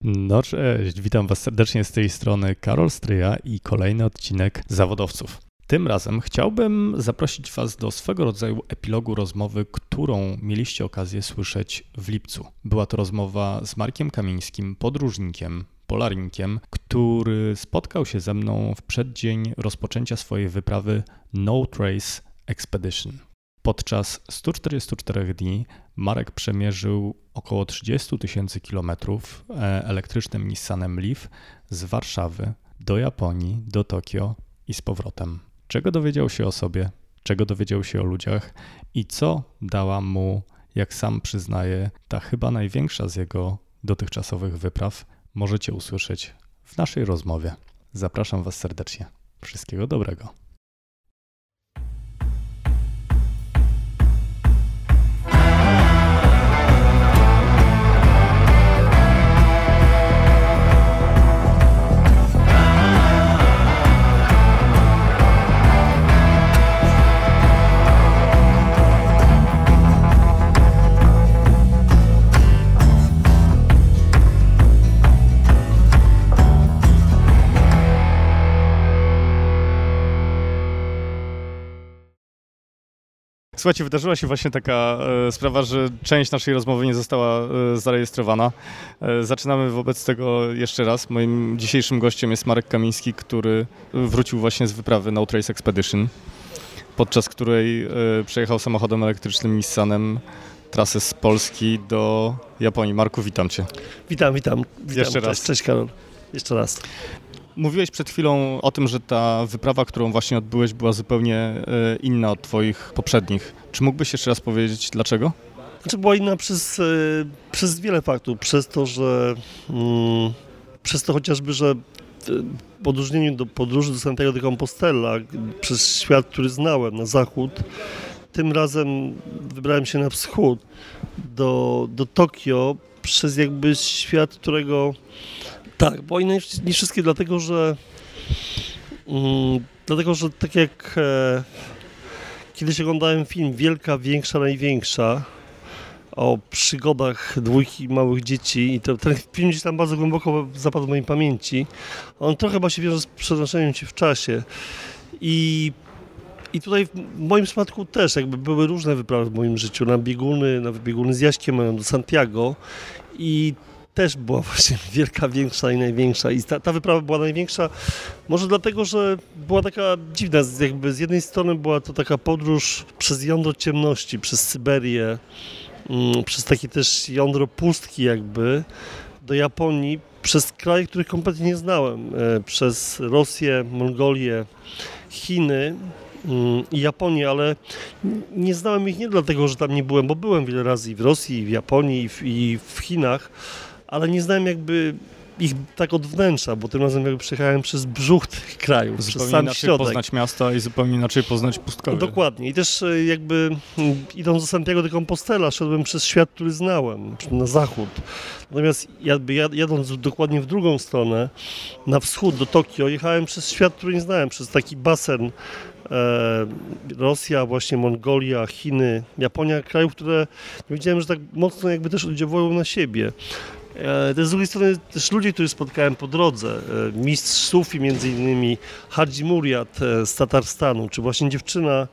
No cześć, witam Was serdecznie z tej strony Karol Stryja i kolejny odcinek Zawodowców. Tym razem chciałbym zaprosić Was do swego rodzaju epilogu rozmowy, którą mieliście okazję słyszeć w lipcu. Była to rozmowa z Markiem Kamińskim, podróżnikiem, polarinkiem, który spotkał się ze mną w przeddzień rozpoczęcia swojej wyprawy No Trace Expedition. Podczas 144 dni Marek przemierzył około 30 000 kilometrów elektrycznym Nissanem Leaf z Warszawy do Japonii, do Tokio i z powrotem. Czego dowiedział się o sobie, czego dowiedział się o ludziach i co dała mu, jak sam przyznaje, ta chyba największa z jego dotychczasowych wypraw, możecie usłyszeć w naszej rozmowie. Zapraszam Was serdecznie. Wszystkiego dobrego. Słuchajcie, wydarzyła się właśnie taka sprawa, że część naszej rozmowy nie została zarejestrowana. Zaczynamy wobec tego jeszcze raz. Moim dzisiejszym gościem jest Marek Kamiński, który wrócił właśnie z wyprawy No Trace Expedition, podczas której przejechał samochodem elektrycznym Nissanem trasę z Polski do Japonii. Marku, witam Cię. Witam. Jeszcze raz. Cześć Karol. Jeszcze raz. Mówiłeś przed chwilą o tym, że ta wyprawa, którą właśnie odbyłeś, była zupełnie inna od Twoich poprzednich. Czy mógłbyś jeszcze raz powiedzieć dlaczego? Znaczy była inna przez wiele faktów. Przez to chociażby, że w odróżnieniu do podróży do Santiago de Compostela, przez świat, który znałem, na zachód, tym razem wybrałem się na wschód, do Tokio, przez jakby świat, którego... Tak, bo inne niż wszystkie, dlatego że tak jak kiedyś oglądałem film Wielka, Większa, Największa o przygodach dwójki małych dzieci i ten film gdzieś tam bardzo głęboko zapadł w mojej pamięci. On trochę chyba się wiąże z przenoszeniem się w czasie i tutaj w moim przypadku też jakby były różne wyprawy w moim życiu, na bieguny z Jaśkiem do Santiago i też była właśnie Wielka, Większa i Największa i ta wyprawa była największa może dlatego, że była taka dziwna, jakby z jednej strony była to taka podróż przez jądro ciemności, przez Syberię, przez takie też jądro pustki jakby do Japonii, przez kraje, których kompletnie nie znałem, przez Rosję, Mongolię, Chiny i Japonię, ale nie znałem ich nie dlatego, że tam nie byłem, bo byłem wiele razy i w Rosji, i w Japonii, i w Chinach, ale nie znałem jakby ich tak od wnętrza, bo tym razem jakby przejechałem przez brzuch tych krajów, zupełnie przez sam inaczej środek. Poznać miasta i zupełnie inaczej poznać pustkowie. Dokładnie. I też jakby idąc do Santiago de Compostela szedłem przez świat, który znałem, na zachód. Natomiast jadąc dokładnie w drugą stronę, na wschód, do Tokio, jechałem przez świat, który nie znałem, przez taki basen Rosja, właśnie Mongolia, Chiny, Japonia, krajów, które nie wiedziałem, że tak mocno jakby też oddziałują na siebie. Z drugiej strony też ludzie, których spotkałem po drodze, mistrz Sufi między innymi, Hadzi Muriat z Tatarstanu, czy właśnie dziewczyna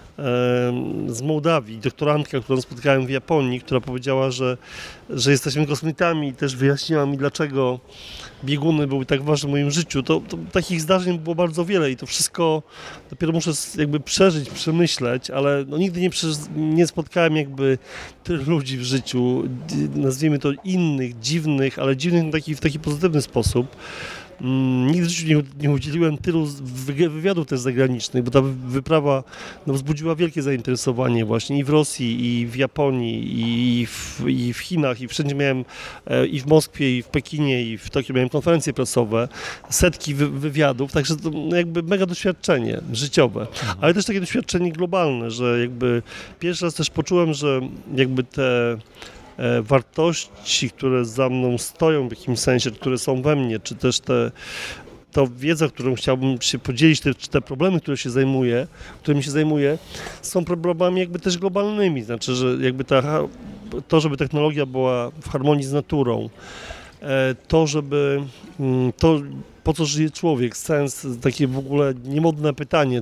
z Mołdawii, doktorantka, którą spotkałem w Japonii, która powiedziała, że jesteśmy kosmitami i też wyjaśniła mi, dlaczego bieguny były tak ważne w moim życiu. To takich zdarzeń było bardzo wiele i to wszystko dopiero muszę jakby przeżyć, przemyśleć, ale nigdy nie spotkałem jakby tylu ludzi w życiu, nazwijmy to innych, dziwnych, ale dziwnych w taki pozytywny sposób. Nigdy w życiu nie udzieliłem tylu wywiadów też zagranicznych, bo ta wyprawa wzbudziła wielkie zainteresowanie właśnie i w Rosji, i w Japonii, i w Chinach, i wszędzie miałem, i w Moskwie, i w Pekinie, i w Tokio miałem konferencje prasowe, setki wywiadów, także to jakby mega doświadczenie życiowe, ale też takie doświadczenie globalne, że jakby pierwszy raz też poczułem, że jakby te wartości, które za mną stoją w jakimś sensie, które są we mnie, czy też ta wiedza, którą chciałbym się podzielić, czy te problemy, którymi się zajmuję, są problemami jakby też globalnymi, znaczy, że jakby to, żeby technologia była w harmonii z naturą, to, żeby to, po co żyje człowiek, sens, takie w ogóle niemodne pytanie,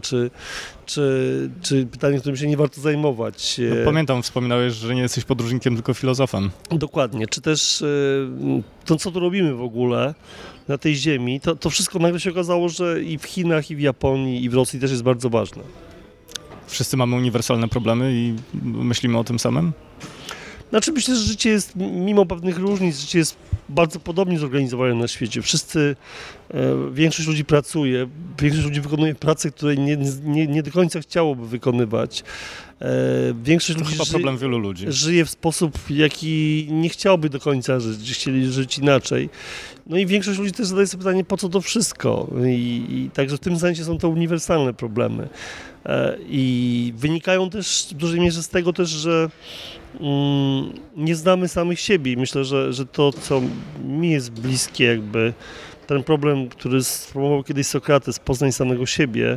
czy pytanie, którym się nie warto zajmować. No, pamiętam, wspominałeś, że nie jesteś podróżnikiem, tylko filozofem. Dokładnie, czy też to, co tu robimy w ogóle na tej ziemi, to wszystko nagle się okazało, że i w Chinach, i w Japonii, i w Rosji też jest bardzo ważne. Wszyscy mamy uniwersalne problemy i myślimy o tym samym? Znaczy myślę, że życie jest, mimo pewnych różnic, życie jest bardzo podobnie zorganizowane na świecie. Większość ludzi pracuje, większość ludzi wykonuje pracę, której nie do końca chciałoby wykonywać. Większość ludzi chyba problem wielu ludzi. Żyje w sposób, jaki nie chciałby do końca żyć, chcieli żyć inaczej. No i większość ludzi też zadaje sobie pytanie, po co to wszystko? I także w tym sensie są to uniwersalne problemy. I wynikają też w dużej mierze z tego też, że nie znamy samych siebie i myślę, że to, co mi jest bliskie, jakby ten problem, który sformułował kiedyś Sokrates, poznań samego siebie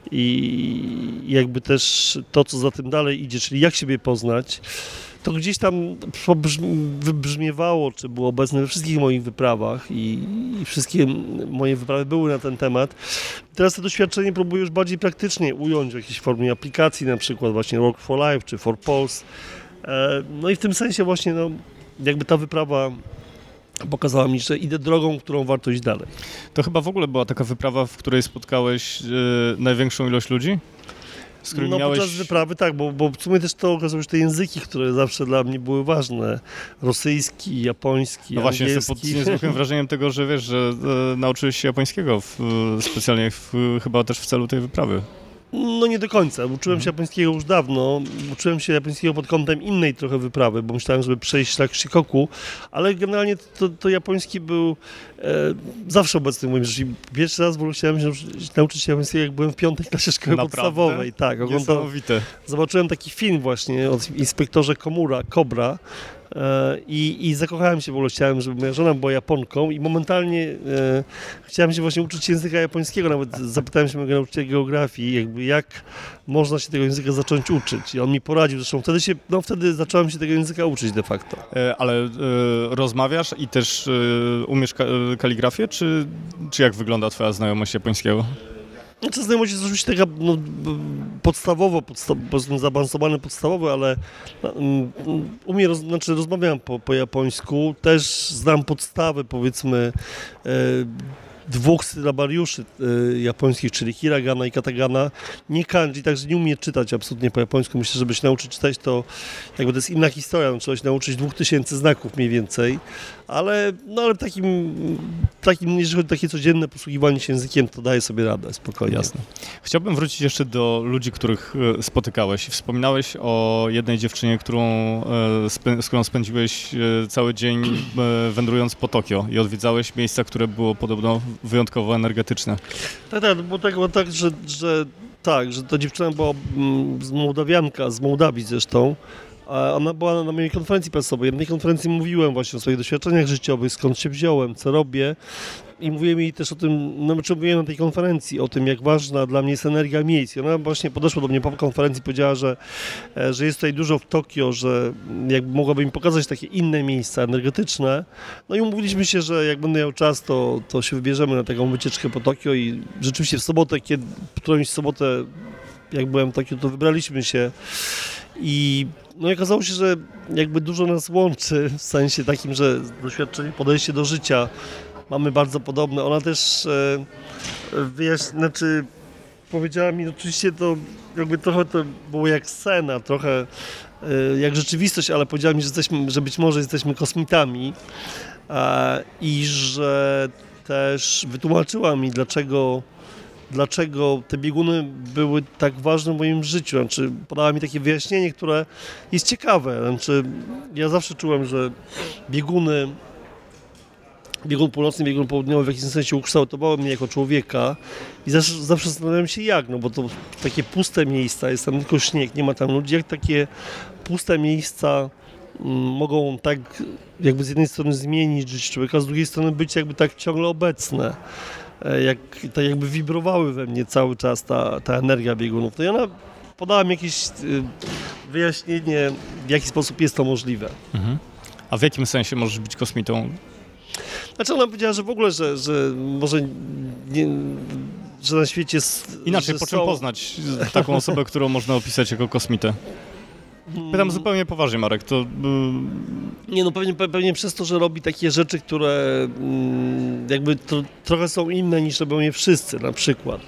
i jakby też to, co za tym dalej idzie, czyli jak siebie poznać, to gdzieś tam wybrzmiewało, czy było obecne we wszystkich moich wyprawach i wszystkie moje wyprawy były na ten temat. Teraz to doświadczenie próbuję już bardziej praktycznie ująć w jakiejś formie aplikacji, na przykład właśnie Work for Life czy For Pulse. No i w tym sensie właśnie jakby ta wyprawa pokazała mi, że idę drogą, którą warto iść dalej. To chyba w ogóle była taka wyprawa, w której spotkałeś największą ilość ludzi? Z którymi miałeś... podczas wyprawy tak, bo w sumie też to okazało się te języki, które zawsze dla mnie były ważne. Rosyjski, japoński, no właśnie, angielski. jestem pod niezwykłym wrażeniem tego, że wiesz, że nauczyłeś się japońskiego specjalnie chyba też w celu tej wyprawy. No nie do końca. Uczyłem się japońskiego już dawno. Uczyłem się japońskiego pod kątem innej trochę wyprawy, bo myślałem, żeby przejść szlak Shikoku, ale generalnie to japoński był zawsze obecny w moim życiu. Pierwszy raz w ogóle chciałem się nauczyć się japońskiego, jak byłem w 5. klasie szkoły podstawowej. Tak, niesamowite. Zobaczyłem taki film właśnie o inspektorze Cobra. I zakochałem się w ogóle, chciałem, żeby moja żona była Japonką i momentalnie chciałem się właśnie uczyć języka japońskiego, nawet zapytałem się mojego nauczyciela geografii, jakby jak można się tego języka zacząć uczyć i on mi poradził, zresztą wtedy zacząłem się tego języka uczyć de facto. Ale rozmawiasz i też umiesz kaligrafię, czy jak wygląda twoja znajomość japońskiego? Znaczy znajomość jest oczywiście taka podstawowo, zaawansowane podstawowe, ale rozmawiam po japońsku, też znam podstawy, powiedzmy, 2 sylabariuszy japońskich, czyli hiragana i katagana, nie kanji, także nie umiem czytać absolutnie po japońsku. Myślę, żeby się nauczyć czytać, to jakby to jest inna historia, trzeba się nauczyć 2000 znaków mniej więcej, ale takim, jeżeli chodzi o takie codzienne posługiwanie się językiem, to daję sobie radę, spokojnie. Jasne. Chciałbym wrócić jeszcze do ludzi, których spotykałeś. Wspominałeś o jednej dziewczynie, z którą spędziłeś cały dzień wędrując po Tokio i odwiedzałeś miejsca, które było podobno wyjątkowo energetyczne. Tak, było tak, że ta dziewczyna była Mołdawianka, z Mołdawii zresztą. Ona była na mojej konferencji prasowej. Na tej konferencji mówiłem właśnie o swoich doświadczeniach życiowych, skąd się wziąłem, co robię. I mówiłem jej też o tym, mówiłem na tej konferencji, o tym, jak ważna dla mnie jest energia miejsc. I ona właśnie podeszła do mnie po konferencji i powiedziała, że jest tutaj dużo w Tokio, że jakby mogłaby mi pokazać takie inne miejsca energetyczne. No i umówiliśmy się, że jak będę miał czas, to się wybierzemy na taką wycieczkę po Tokio i rzeczywiście w sobotę, którąś sobotę, jak byłem w Tokio, to wybraliśmy się i okazało się, że jakby dużo nas łączy, w sensie takim, że doświadczenie, podejście do życia mamy bardzo podobne. Ona też powiedziała mi, oczywiście to jakby trochę to było jak scena, trochę jak rzeczywistość, ale powiedziała mi, że być może jesteśmy kosmitami i że też wytłumaczyła mi, dlaczego te bieguny były tak ważne w moim życiu. Znaczy, podała mi takie wyjaśnienie, które jest ciekawe. Znaczy, ja zawsze czułem, że biegun północny, biegun południowy w jakimś sensie ukształtowały mnie jako człowieka i zawsze zastanawiałem się jak, bo to takie puste miejsca, jest tam tylko śnieg, nie ma tam ludzi, jak takie puste miejsca mogą tak jakby z jednej strony zmienić życie człowieka, z drugiej strony być jakby tak ciągle obecne. Tak jakby wibrowały we mnie cały czas ta energia biegunów. No i ona podała mi jakieś wyjaśnienie, w jaki sposób jest to możliwe. Mhm. A w jakim sensie możesz być kosmitą? Znaczy ona powiedziała, że w ogóle, że może nie, że na świecie Inaczej, po czym poznać taką osobę, którą można opisać jako kosmitę? Pytam zupełnie poważnie, Marek, to... Nie, no pewnie przez to, że robi takie rzeczy, które jakby trochę są inne niż robią je wszyscy, na przykład.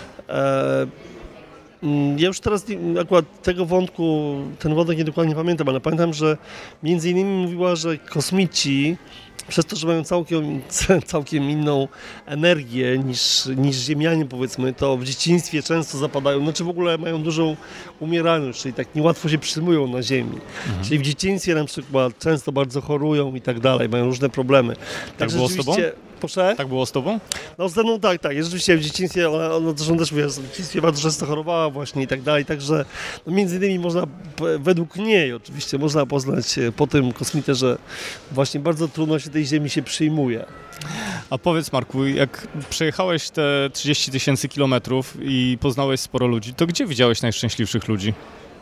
Ja już teraz akurat tego wątku, ten wątek niedokładnie pamiętam, ale pamiętam, że między innymi mówiła, że kosmici przez to, że mają całkiem inną energię niż ziemianie, powiedzmy, to w dzieciństwie często zapadają, znaczy w ogóle mają dużą umieralność, czyli tak niełatwo się przyjmują na Ziemi. Czyli w dzieciństwie na przykład często bardzo chorują i tak dalej, mają różne problemy. Tak było z tobą? Proszę? Tak było z tobą? No ze mną tak. Ja rzeczywiście w dzieciństwie, ona zresztą też mówiła, że w dzieciństwie bardzo często chorowała właśnie i tak dalej, także no między innymi można, według niej oczywiście, można poznać po tym kosmitę, że właśnie bardzo trudno się tej Ziemi się przyjmuje. A powiedz, Marku, jak przejechałeś te 30 000 kilometrów i poznałeś sporo ludzi, to gdzie widziałeś najszczęśliwszych ludzi?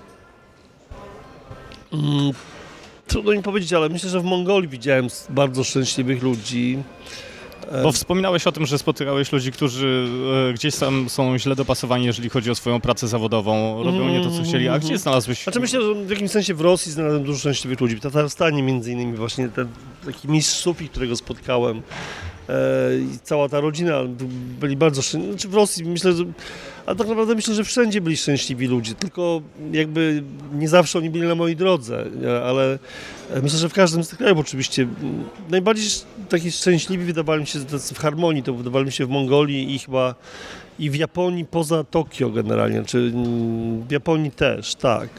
Trudno mi powiedzieć, ale myślę, że w Mongolii widziałem bardzo szczęśliwych ludzi. Bo wspominałeś o tym, że spotykałeś ludzi, którzy gdzieś tam są źle dopasowani, jeżeli chodzi o swoją pracę zawodową, robią nie to, co chcieli. A gdzie znalazłeś? Znaczy myślę, że w jakimś sensie w Rosji znalazłem dużo szczęśliwych ludzi. W Tatarstanie między innymi właśnie ten taki mistrz Sufi, którego spotkałem, i cała ta rodzina byli bardzo szczęśliwi. Znaczy w Rosji myślę, że... Ale tak naprawdę myślę, że wszędzie byli szczęśliwi ludzie, tylko jakby nie zawsze oni byli na mojej drodze, ale myślę, że w każdym z tych krajów oczywiście najbardziej taki szczęśliwi wydawali mi się w harmonii, to wydawali mi się w Mongolii i chyba i w Japonii poza Tokio generalnie, czy w Japonii też, tak.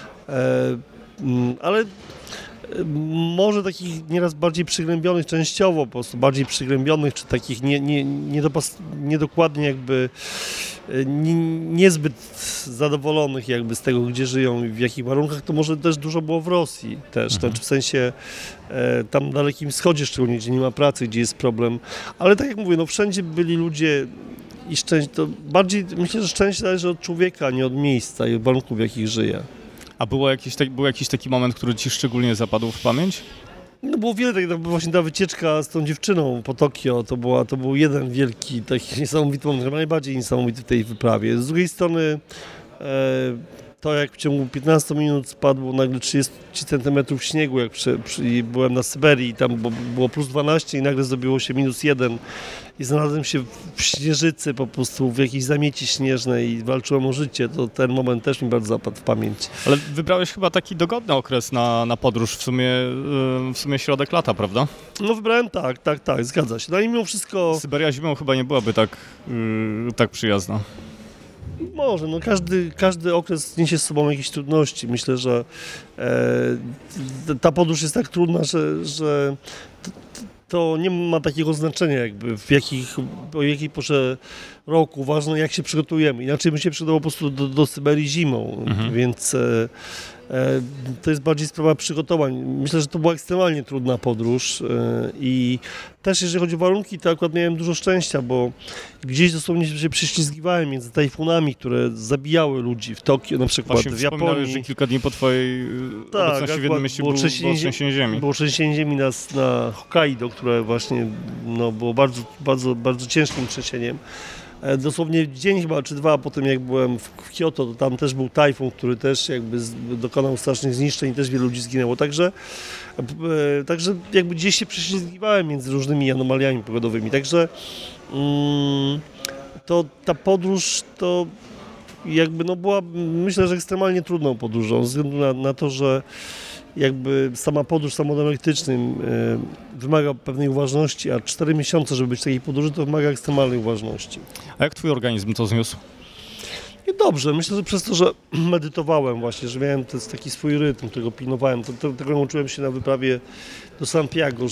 Ale może takich nieraz bardziej przygnębionych częściowo, po prostu bardziej przygnębionych, czy takich niedokładnie jakby niezbyt zadowolonych jakby z tego, gdzie żyją i w jakich warunkach, to może też dużo było w Rosji też, znaczy w sensie tam na Dalekim Wschodzie szczególnie, gdzie nie ma pracy, gdzie jest problem, ale tak jak mówię, no wszędzie byli ludzie i szczęście, to bardziej myślę, że szczęście zależy od człowieka, a nie od miejsca i od warunków, w jakich żyje. A był jakiś taki moment, który ci szczególnie zapadł w pamięć? No było wiele, tak właśnie ta wycieczka z tą dziewczyną po Tokio, to był jeden wielki, taki niesamowity moment, chyba najbardziej niesamowity w tej wyprawie. Z drugiej strony to jak w ciągu 15 minut spadło nagle 30 cm śniegu, jak byłem na Syberii, tam było plus 12 i nagle zrobiło się minus 1 i znalazłem się w śnieżycy po prostu, w jakiejś zamieci śnieżnej i walczyłem o życie, to ten moment też mi bardzo zapadł w pamięć. Ale wybrałeś chyba taki dogodny okres na podróż, w sumie środek lata, prawda? No wybrałem tak, zgadza się. No i mimo wszystko... Syberia zimą chyba nie byłaby tak przyjazna. Może, no każdy okres niesie z sobą jakieś trudności. Myślę, że ta podróż jest tak trudna, że to nie ma takiego znaczenia jakby o jakiej porze roku, ważne jak się przygotujemy. Inaczej bym się przygotował po prostu do Syberii zimą, więc to jest bardziej sprawa przygotowań. Myślę, że to była ekstremalnie trudna podróż i też jeżeli chodzi o warunki, to akurat miałem dużo szczęścia, bo gdzieś dosłownie się prześlizgiwałem między tajfunami, które zabijały ludzi w Tokio, na przykład w Japonii. Że kilka dni po twojej obecności w jednym mieście było trzęsienie ziemi. Było trzęsienie ziemi na Hokkaido, które właśnie było bardzo, bardzo, bardzo ciężkim trzęsieniem. Dosłownie dzień chyba, czy dwa po tym, jak byłem w Kyoto, to tam też był tajfun, który też jakby dokonał strasznych zniszczeń i też wielu ludzi zginęło. Także jakby gdzieś się prześlizgiwałem między różnymi anomaliami pogodowymi. Także to ta podróż to jakby była, myślę, że ekstremalnie trudną podróżą, ze względu na to, że jakby sama podróż samochodem elektrycznym wymaga pewnej uważności, a 4 miesiące, żeby być w takiej podróży, to wymaga ekstremalnej uważności. A jak twój organizm to zniósł? I dobrze, myślę, że przez to, że medytowałem właśnie, że miałem taki swój rytm, którego pilnowałem, tego nauczyłem się na wyprawie do Santiago,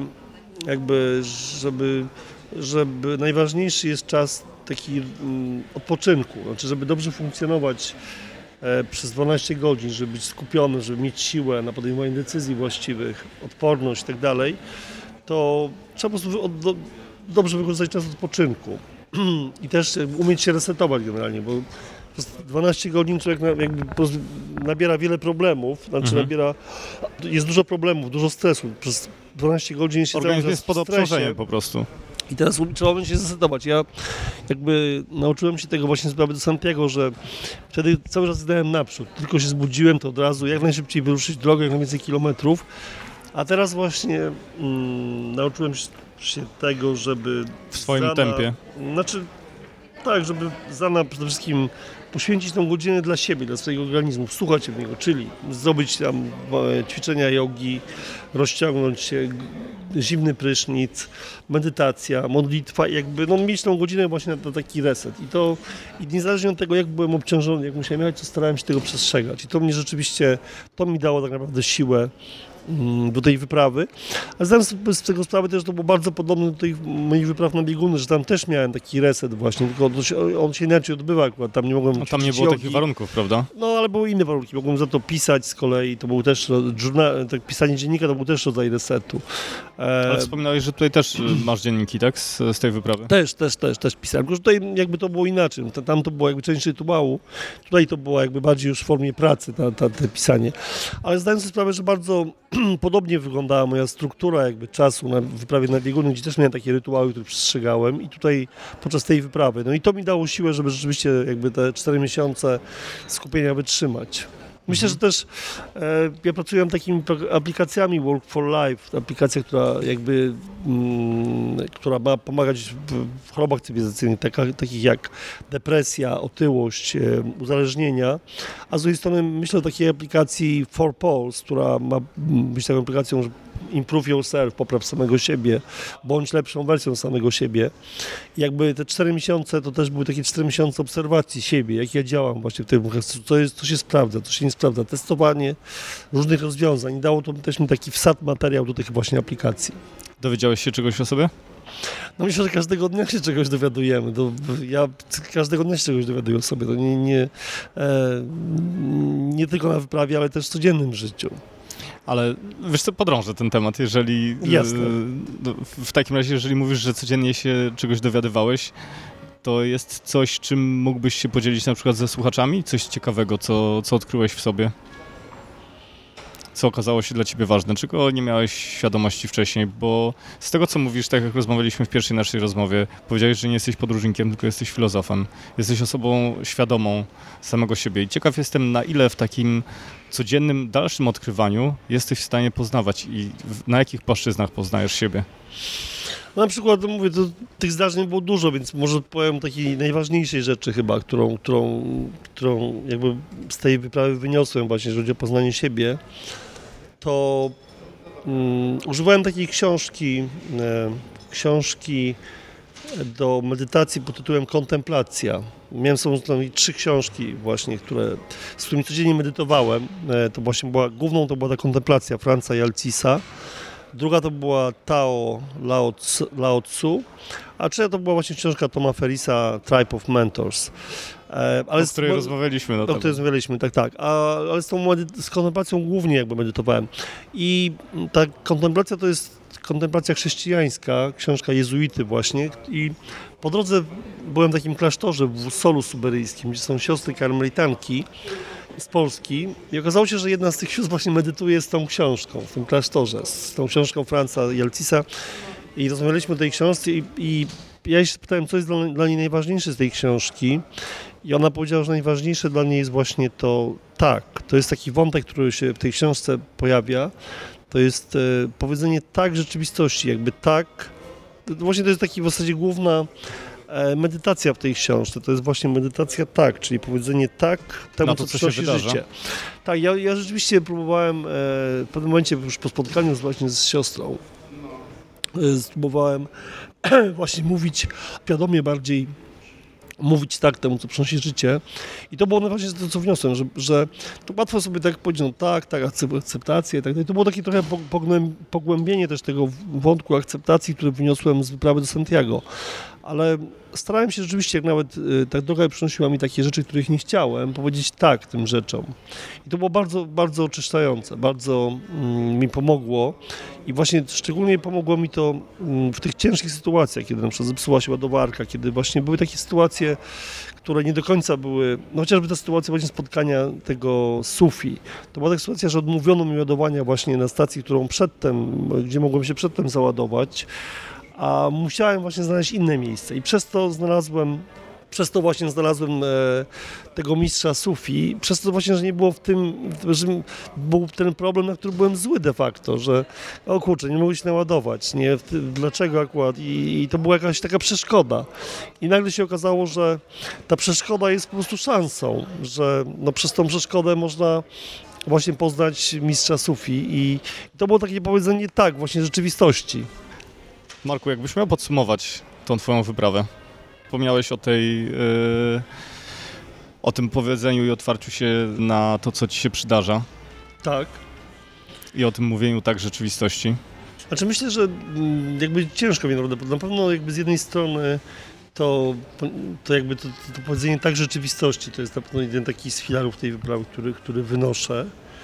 żeby najważniejszy jest czas taki odpoczynku, znaczy żeby dobrze funkcjonować przez 12 godzin, żeby być skupiony, żeby mieć siłę na podejmowanie decyzji właściwych, odporność i tak dalej, to trzeba po prostu dobrze wykorzystać czas odpoczynku i też umieć się resetować generalnie, bo przez 12 godzin człowiek jakby po prostu nabiera wiele problemów, znaczy jest dużo problemów, dużo stresu. Przez 12 godzin się Organizm jest pod obciążeniem po prostu. I teraz trzeba się zdecydować. Ja jakby nauczyłem się tego właśnie z Wyprawy do Santiago, że wtedy cały czas zdałem naprzód. Tylko się zbudziłem, to od razu jak najszybciej wyruszyć drogę, jak najwięcej kilometrów. A teraz właśnie nauczyłem się tego, żeby... W swoim tempie. Znaczy, tak, żeby przede wszystkim poświęcić tą godzinę dla siebie, dla swojego organizmu, wsłuchać się w niego, czyli zrobić tam ćwiczenia jogi, rozciągnąć się, zimny prysznic, medytacja, modlitwa, jakby mieć tą godzinę właśnie na taki reset. I niezależnie od tego, jak byłem obciążony, jak musiałem jechać, to starałem się tego przestrzegać. I to mnie rzeczywiście, to mi dało tak naprawdę siłę do tej wyprawy, a zdałem sobie z tego sprawę też, że to było bardzo podobne do tych moich wypraw na bieguny, że tam też miałem taki reset właśnie, tylko on się inaczej odbywa akurat, tam nie mogłem No tam nie było takich warunków, prawda? No ale były inne warunki, mogłem za to pisać z kolei, to był też, tak, pisanie dziennika to był też rodzaj resetu. Ale wspominałeś, że tutaj też masz dzienniki, tak, z tej wyprawy? Też pisałem, tylko że tutaj jakby to było inaczej, tam to było jakby część rytuału, tutaj to było jakby bardziej już w formie pracy, te pisanie, ale zdałem sobie sprawę, że bardzo podobnie wyglądała moja struktura jakby czasu na wyprawie na bieguny, gdzie też miałem takie rytuały, które przestrzegałem i tutaj podczas tej wyprawy. No i to mi dało siłę, żeby rzeczywiście jakby te 4 miesiące skupienia wytrzymać. Myślę, że też ja pracuję nad takimi aplikacjami Work for Life, aplikacja, która ma pomagać w chorobach cywilizacyjnych, takich jak depresja, otyłość, uzależnienia, a z drugiej strony myślę o takiej aplikacji For Pulse, która ma być taką aplikacją, że improve yourself, popraw samego siebie, bądź lepszą wersją samego siebie. I jakby te 4 miesiące to też były takie 4 miesiące obserwacji siebie, jak ja działam właśnie w tym, co się sprawdza, co się nie sprawdza, testowanie różnych rozwiązań. Dało to też mi taki wsad materiał do tych właśnie aplikacji. Dowiedziałeś się czegoś o sobie? No myślę, że każdego dnia się czegoś dowiadujemy. Ja każdego dnia się czegoś dowiaduję o sobie. To nie tylko na wyprawie, ale też w codziennym życiu. Ale wiesz co, podrążę ten temat, jeżeli... Jasne. W takim razie, jeżeli mówisz, że codziennie się czegoś dowiadywałeś, to jest coś, czym mógłbyś się podzielić na przykład ze słuchaczami? Coś ciekawego, co odkryłeś w sobie? Co okazało się dla ciebie ważne? Czego nie miałeś świadomości wcześniej? Bo z tego, co mówisz, tak jak rozmawialiśmy w pierwszej naszej rozmowie, powiedziałeś, że nie jesteś podróżnikiem, tylko jesteś filozofem. Jesteś osobą świadomą samego siebie. I ciekaw jestem, na ile w takim codziennym, dalszym odkrywaniu jesteś w stanie poznawać i na jakich płaszczyznach poznajesz siebie? No na przykład, mówię, tych zdarzeń było dużo, więc może powiem takiej najważniejszej rzeczy chyba, którą jakby z tej wyprawy wyniosłem właśnie, jeżeli chodzi o poznanie siebie, to używałem takiej książki do medytacji pod tytułem Kontemplacja. Miałem sobą 3 książki właśnie, z którymi codziennie medytowałem. To właśnie główną to była ta kontemplacja Franza Jalcisa. Druga to była Tao Lao Tzu, a trzecia to była właśnie książka Toma Ferrisa Tribe of Mentors. O której rozmawialiśmy. O której rozmawialiśmy, tak. Ale z kontemplacją głównie jakby medytowałem. I ta kontemplacja to jest kontemplacja chrześcijańska, książka jezuity właśnie. I po drodze byłem w takim klasztorze w Solu Suberyjskim, gdzie są siostry karmelitanki z Polski i okazało się, że jedna z tych sióstr właśnie medytuje z tą książką, w tym klasztorze, z tą książką Franza Jalcisa i rozmawialiśmy o tej książce i ja się spytałem, co jest dla niej najważniejsze z tej książki i ona powiedziała, że najważniejsze dla niej jest właśnie to jest taki wątek, który się w tej książce pojawia, to jest powiedzenie tak rzeczywistości, jakby tak, właśnie to jest taki w zasadzie główna medytacja w tej książce, to jest właśnie medytacja tak, czyli powiedzenie tak temu, co przynosi życie. Tak, ja rzeczywiście próbowałem w pewnym momencie już po spotkaniu właśnie z siostrą, spróbowałem właśnie mówić świadomie bardziej, mówić tak temu, co przynosi życie. I to było najważniejsze to, co wniosłem, że to łatwo sobie tak powiedzieć, no tak, akceptacja i tak dalej. To było takie trochę pogłębienie też tego wątku akceptacji, który wyniosłem z wyprawy do Santiago. ale starałem się rzeczywiście, jak nawet ta droga przynosiła mi takie rzeczy, których nie chciałem, powiedzieć tak tym rzeczom. I to było bardzo, bardzo oczyszczające, bardzo mi pomogło i właśnie szczególnie pomogło mi to w tych ciężkich sytuacjach, kiedy na przykład zepsuła się ładowarka, kiedy właśnie były takie sytuacje, które nie do końca były, no chociażby ta sytuacja właśnie spotkania tego SUFI. To była taka sytuacja, że odmówiono mi ładowania właśnie na stacji, gdzie mogłem się przedtem załadować, a musiałem właśnie znaleźć inne miejsce i przez to właśnie znalazłem tego mistrza SUFI, przez to właśnie, że nie było że był ten problem, na który byłem zły de facto, że o kurczę, nie mogę się naładować, dlaczego akurat i to była jakaś taka przeszkoda. I nagle się okazało, że ta przeszkoda jest po prostu szansą, że no, przez tą przeszkodę można właśnie poznać mistrza SUFI i to było takie powiedzenie tak właśnie rzeczywistości. Marku, jakbyś miał podsumować tą twoją wyprawę? Wspomniałeś o tym powiedzeniu i otwarciu się na to, co ci się przydarza. Tak. I o tym mówieniu tak rzeczywistości. Znaczy myślę, że jakby ciężko mi naprawdę, na pewno jakby z jednej strony to powiedzenie tak rzeczywistości, to jest na pewno jeden taki z filarów tej wyprawy, który wynoszę.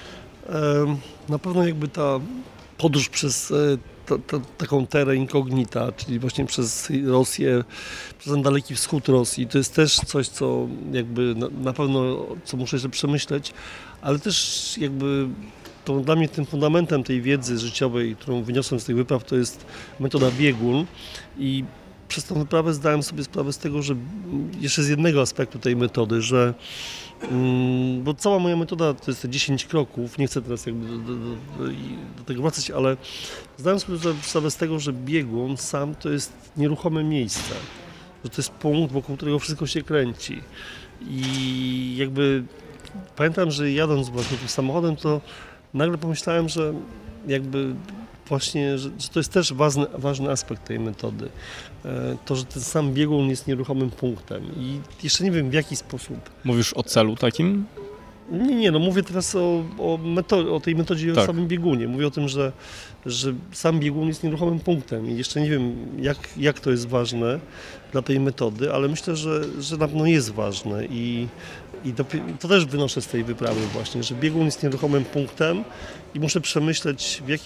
Na pewno jakby ta podróż przez taką terra incognita, czyli właśnie przez Rosję, przez ten daleki wschód Rosji. To jest też coś, co jakby na pewno, co muszę jeszcze przemyśleć, ale też jakby to dla mnie tym fundamentem tej wiedzy życiowej, którą wyniosłem z tych wypraw, to jest metoda biegun i przez tę wyprawę zdałem sobie sprawę z tego, że jeszcze z jednego aspektu tej metody, że bo cała moja metoda to jest te 10 kroków, nie chcę teraz jakby do tego wracać, ale zdałem sobie sprawę z tego, że biegun sam to jest nieruchome miejsce, że to jest punkt, wokół którego wszystko się kręci i jakby pamiętam, że jadąc właśnie tym samochodem, to nagle pomyślałem, że jakby właśnie, że to jest też ważny aspekt tej metody. To, że ten sam biegun jest nieruchomym punktem i jeszcze nie wiem w jaki sposób. Mówisz o celu takim? Nie, no mówię teraz o tej metodzie i o samym biegunie. Mówię o tym, że sam biegun jest nieruchomym punktem i jeszcze nie wiem jak to jest ważne dla tej metody, ale myślę, że na pewno jest ważne i to też wynoszę z tej wyprawy właśnie, że biegun jest nieruchomym punktem i muszę przemyśleć w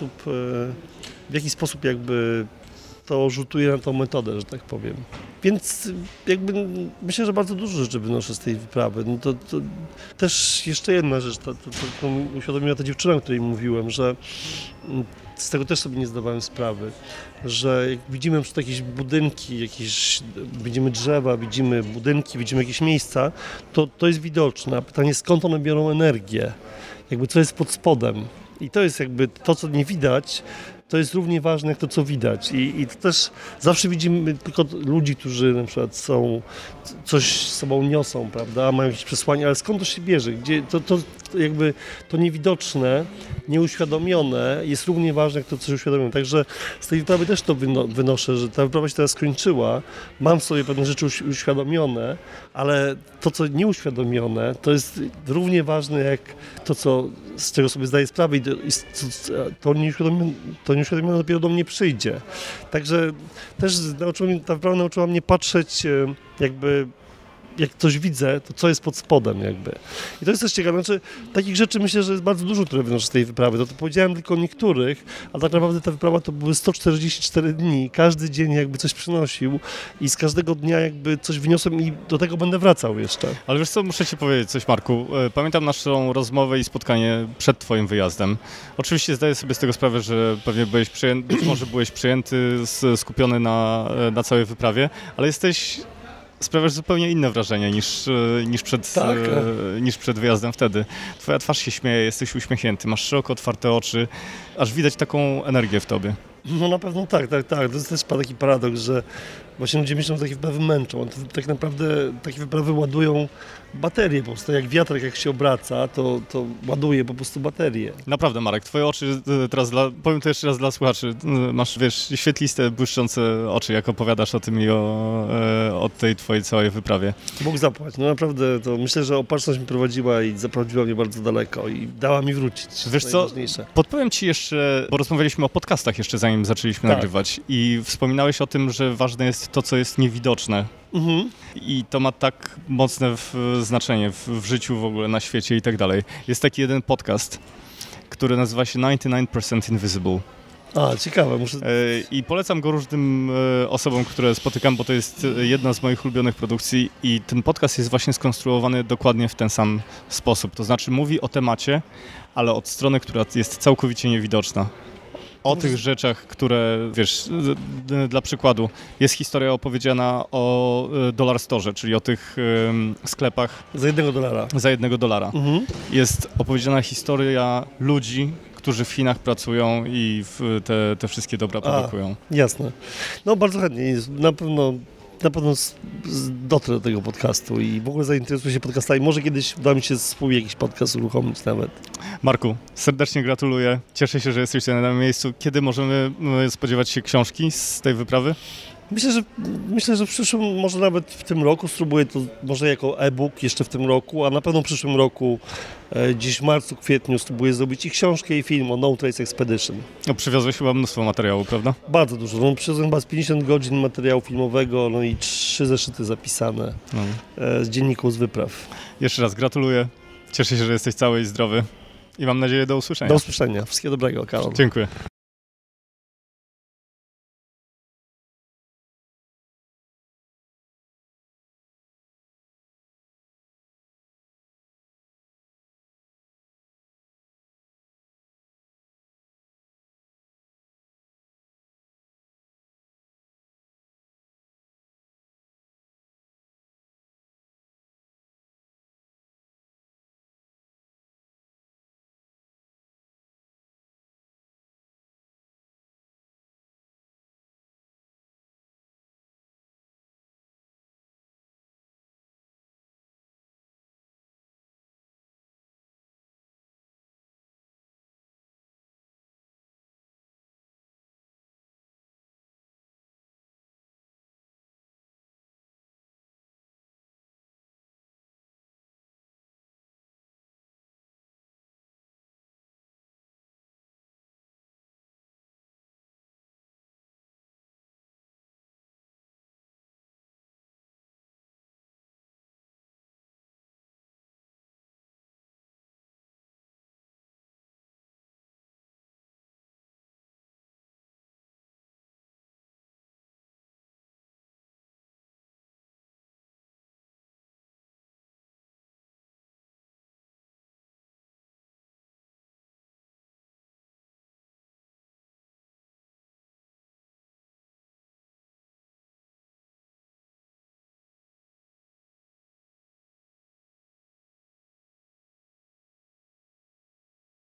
jaki sposób jakby to rzutuje na tą metodę, że tak powiem. Więc jakby myślę, że bardzo dużo rzeczy wynoszę z tej wyprawy. No to też jeszcze jedna rzecz, to uświadomiła ta dziewczyna, o której mówiłem, że z tego też sobie nie zdawałem sprawy, że jak widzimy na przykład jakieś budynki, widzimy drzewa, widzimy budynki, widzimy jakieś miejsca, to jest widoczne. A pytanie, skąd one biorą energię? Jakby co jest pod spodem? I to jest jakby to, co nie widać, to jest równie ważne jak to, co widać. I to też zawsze widzimy tylko ludzi, którzy na przykład coś z sobą niosą, prawda, mają jakieś przesłanie, ale skąd to się bierze? Gdzie jakby to niewidoczne, nieuświadomione jest równie ważne jak to, co uświadomione. Także z tej wyprawy też to wynoszę, że ta wyprawa się teraz skończyła, mam w sobie pewne rzeczy uświadomione, ale to, co nieuświadomione, to jest równie ważne jak to, z czego sobie zdaję sprawę i to nieuświadomione dopiero do mnie przyjdzie. Także też ta wyprawa nauczyła mnie patrzeć jakby jak coś widzę, to co jest pod spodem jakby. I to jest też ciekawe, znaczy takich rzeczy myślę, że jest bardzo dużo, które wynoszę z tej wyprawy. To powiedziałem tylko o niektórych, a tak naprawdę ta wyprawa to były 144 dni. Każdy dzień jakby coś przynosił i z każdego dnia jakby coś wyniosłem i do tego będę wracał jeszcze. Ale wiesz co, muszę ci powiedzieć coś, Marku. Pamiętam naszą rozmowę i spotkanie przed twoim wyjazdem. Oczywiście zdaję sobie z tego sprawę, że pewnie być może byłeś przyjęty, skupiony na całej wyprawie, ale sprawiasz zupełnie inne wrażenie niż przed wyjazdem wtedy. Twoja twarz się śmieje, jesteś uśmiechnięty, masz szeroko otwarte oczy, aż widać taką energię w tobie. No na pewno tak. To jest też taki paradoks, że właśnie ludzie myślą, że takie wyprawy męczą, a tak naprawdę takie wyprawy ładują baterie po prostu. Jak wiatrak jak się obraca, to ładuje po prostu baterie. Naprawdę, Marek, twoje oczy teraz, powiem to jeszcze raz dla słuchaczy, masz, świetliste, błyszczące oczy, jak opowiadasz o tym i o tej twojej całej wyprawie. Bóg zapłać. No naprawdę, to myślę, że opatrzność mi prowadziła i zaprowadziła mnie bardzo daleko i dała mi wrócić. Wiesz co, podpowiem ci jeszcze, bo rozmawialiśmy o podcastach jeszcze zanim zaczęliśmy nagrywać. I wspominałeś o tym, że ważne jest to, co jest niewidoczne. I to ma tak mocne znaczenie w życiu w ogóle, na świecie i tak dalej. Jest taki jeden podcast, który nazywa się 99% Invisible. Ciekawe. I polecam go różnym osobom, które spotykam, bo to jest jedna z moich ulubionych produkcji i ten podcast jest właśnie skonstruowany dokładnie w ten sam sposób. To znaczy mówi o temacie, ale od strony, która jest całkowicie niewidoczna. O tych rzeczach, które, wiesz, dla przykładu, jest historia opowiedziana o Dollar Store, czyli o tych sklepach za $1. Za $1. Jest opowiedziana historia ludzi, którzy w Chinach pracują i te wszystkie dobra produkują. Jasne. No bardzo chętnie. Na pewno dotrę do tego podcastu i w ogóle zainteresuję się podcastami. Może kiedyś uda mi się swój jakiś podcast uruchomić nawet. Marku, serdecznie gratuluję. Cieszę się, że jesteś tutaj na miejscu. Kiedy możemy spodziewać się książki z tej wyprawy? Myślę, że w przyszłym, może nawet w tym roku spróbuję to może jako e-book jeszcze w tym roku, a na pewno w przyszłym roku, gdzieś w marcu, kwietniu spróbuję zrobić i książkę i film o No Trace Expedition. Przywiozłeś chyba mnóstwo materiału, prawda? Bardzo dużo. Przywiozłem chyba z 50 godzin materiału filmowego, i 3 zeszyty zapisane z dzienników z wypraw. Jeszcze raz gratuluję. Cieszę się, że jesteś cały i zdrowy i mam nadzieję do usłyszenia. Do usłyszenia. Wszystkiego dobrego, Karol. Dziękuję.